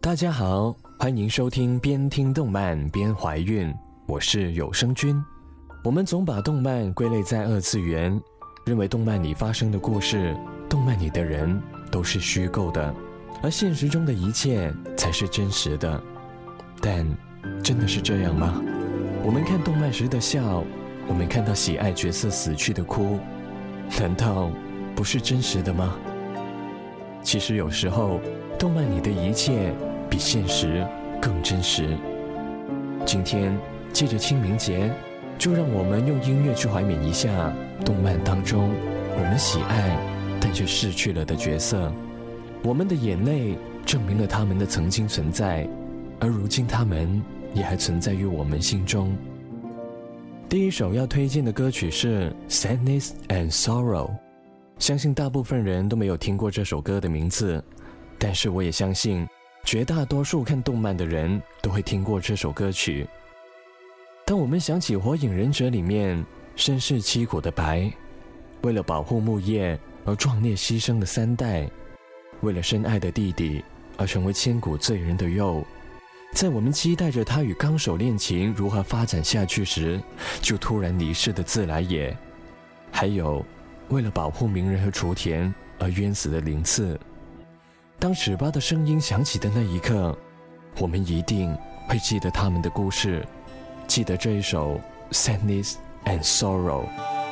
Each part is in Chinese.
大家好，欢迎收听边听动漫边怀孕，我是有声君。我们总把动漫归类在二次元，认为动漫里发生的故事，动漫里的人都是虚构的，而现实中的一切才是真实的。但真的是这样吗？我们看动漫时的笑，我们看到喜爱角色死去的哭，难道不是真实的吗？其实有时候动漫里的一切比现实更真实。今天借着清明节，就让我们用音乐去怀缅一下动漫当中我们喜爱但却逝去了的角色。我们的眼泪证明了他们的曾经存在，而如今他们也还存在于我们心中。第一首要推荐的歌曲是 Sadness and Sorrow， 相信大部分人都没有听过这首歌的名字，但是我也相信绝大多数看动漫的人都会听过这首歌曲。当我们想起火影忍者里面身世凄苦的白，为了保护木叶而壮烈牺牲的三代，为了深爱的弟弟而成为千古罪人的佑，在我们期待着他与纲手恋情如何发展下去时，就突然离世的自来也，还有为了保护鸣人和雏田而冤死的灵次。当尺八的声音响起的那一刻，我们一定会记得他们的故事，记得这一首 Sadness and Sorrow。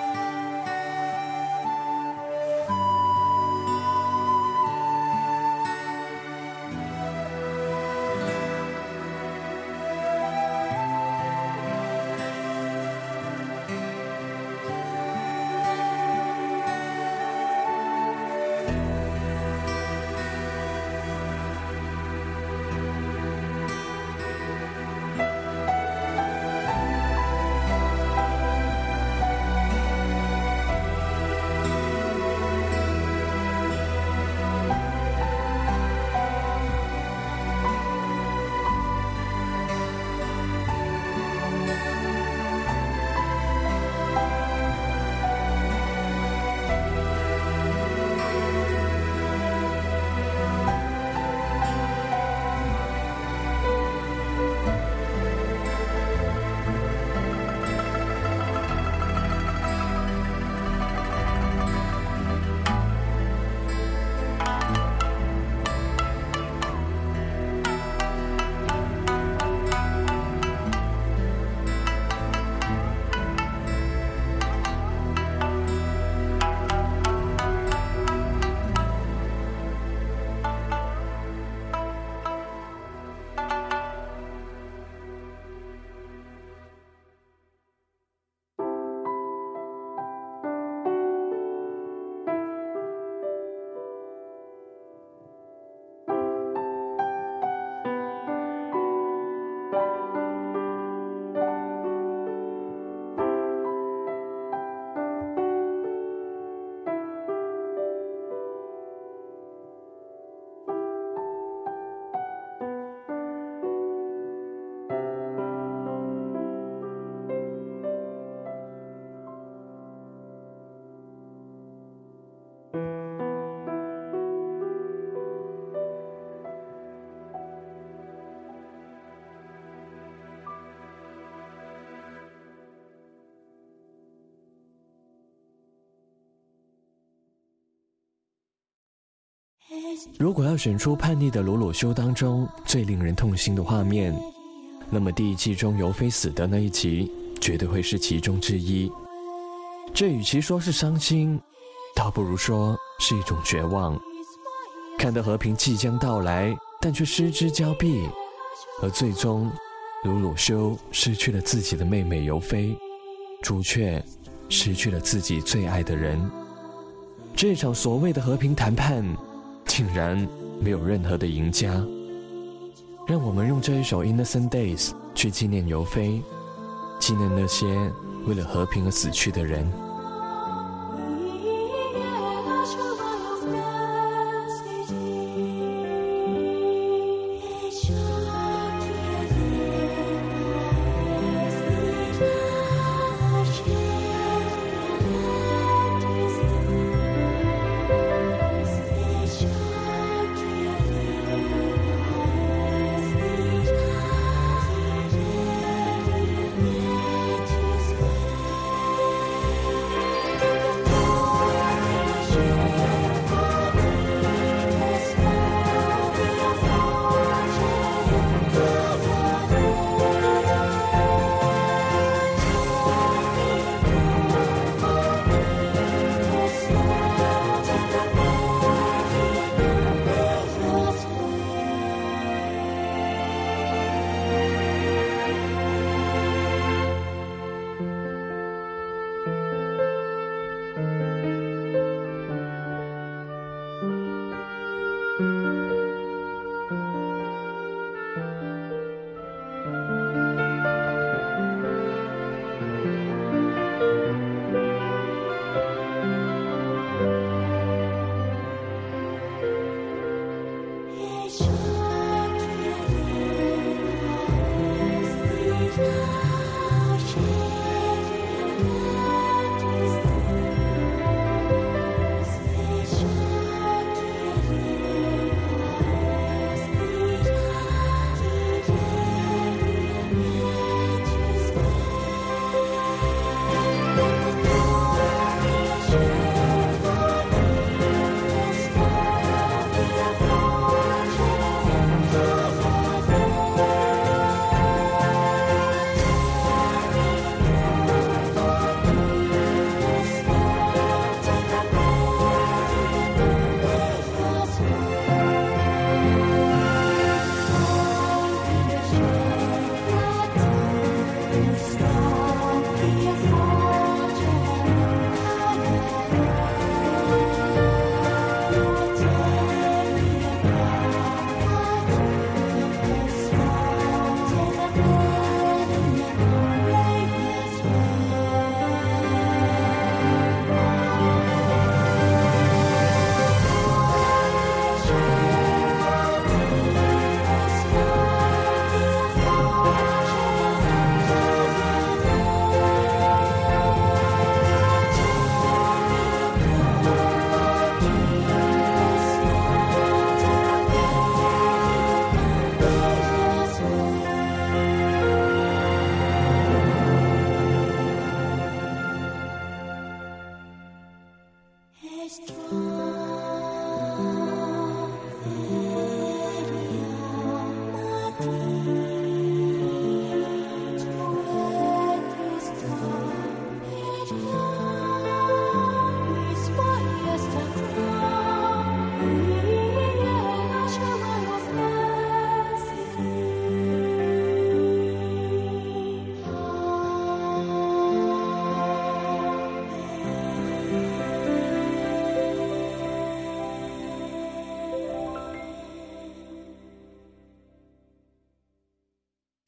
如果要选出叛逆的鲁鲁修当中最令人痛心的画面，那么第一季中尤菲死的那一集绝对会是其中之一。这与其说是伤心，倒不如说是一种绝望。看到和平即将到来，但却失之交臂，而最终鲁鲁修失去了自己的妹妹尤菲，朱雀失去了自己最爱的人。这场所谓的和平谈判竟然没有任何的赢家。让我们用这一首 Innocent Days 去纪念尤菲，纪念那些为了和平而死去的人。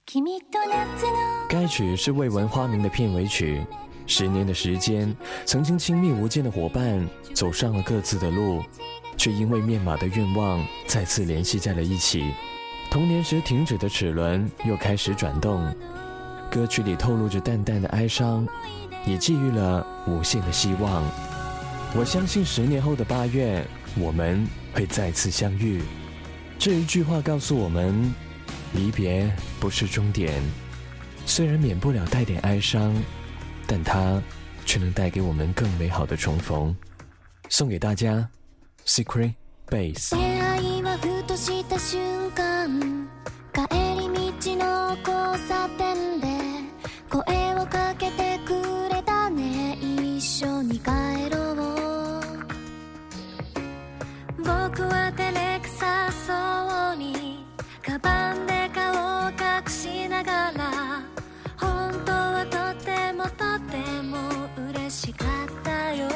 该曲是未闻花名的片尾曲。10年的时间，曾经亲密无间的伙伴走上了各自的路，却因为面马的愿望再次联系在了一起。童年时停止的齿轮又开始转动，歌曲里透露着淡淡的哀伤，也寄予了无限的希望。我相信10年后的8月，我们会再次相遇。这一句话告诉我们，离别不是终点，虽然免不了带点哀伤，但它却能带给我们更美好的重逢。送给大家 Secret Base。 出会いはふとした瞬間、帰り道の交差点で声をかけてくれたね、一緒に帰ろう。僕は照れくさそうにカバンで顔を隠しながら、本当はとてもとても嬉しかったよ。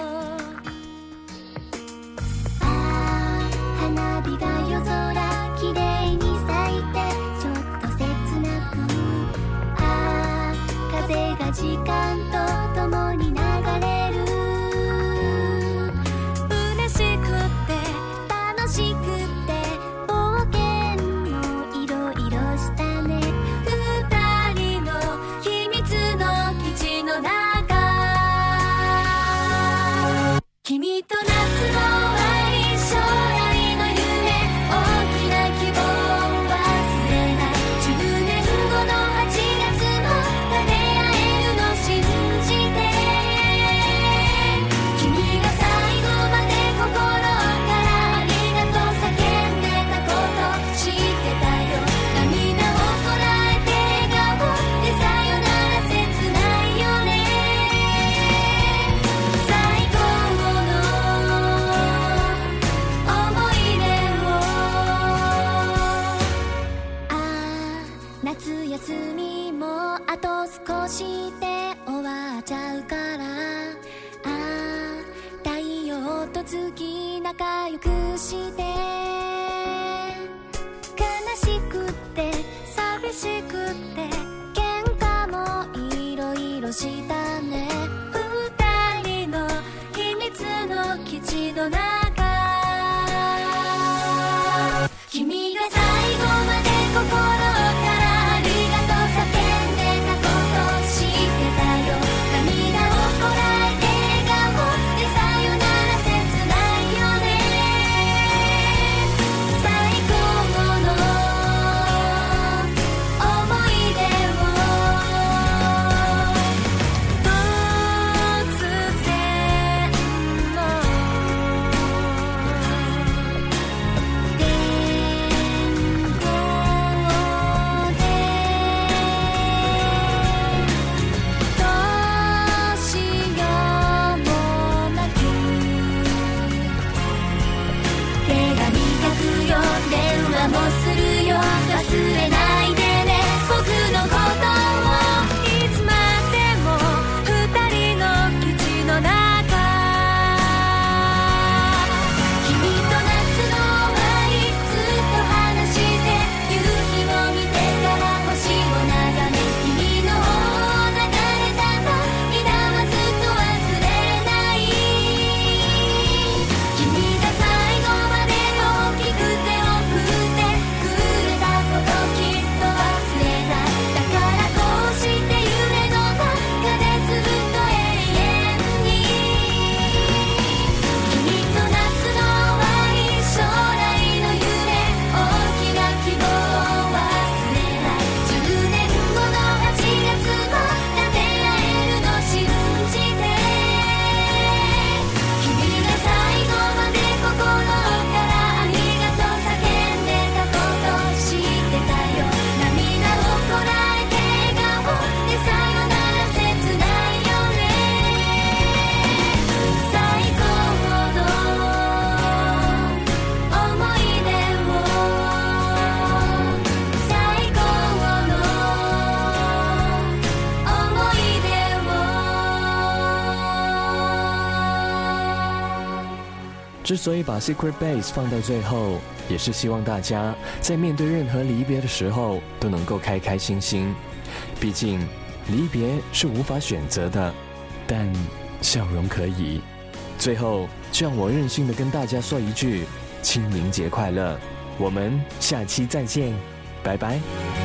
花火が夜空きれいに咲いてちょっと切なく、風が時間と共に流れる。嬉しくて楽しくて冒険もいろいろしたね、二人の秘密の基地の中、君と夏の終わり、将来の夢、大きな希望を忘れない。10年後の8月も出会えるの信じて、君が最後まで心からありがとう叫んでたこと知ってたよ。涙をこらえて笑顔でさよなら切ないよね、最高の思い出を。夏休みもあと少しで終わっちゃうから、太陽と月仲良くして、悲しくって寂しくって喧嘩もいろいろしたね、二人の秘密の基地の中、君が最後まで心からありがとう叫んでたこと知ってたよ。涙をこらえて笑顔でさよなら切ないよね、最高の思い出を。ど之所以把 Secret Base 放到最后，也是希望大家在面对任何离别的时候都能够开开心心。毕竟离别是无法选择的，但笑容可以。最后，就让我任性的跟大家说一句：清明节快乐！我们下期再见，拜拜。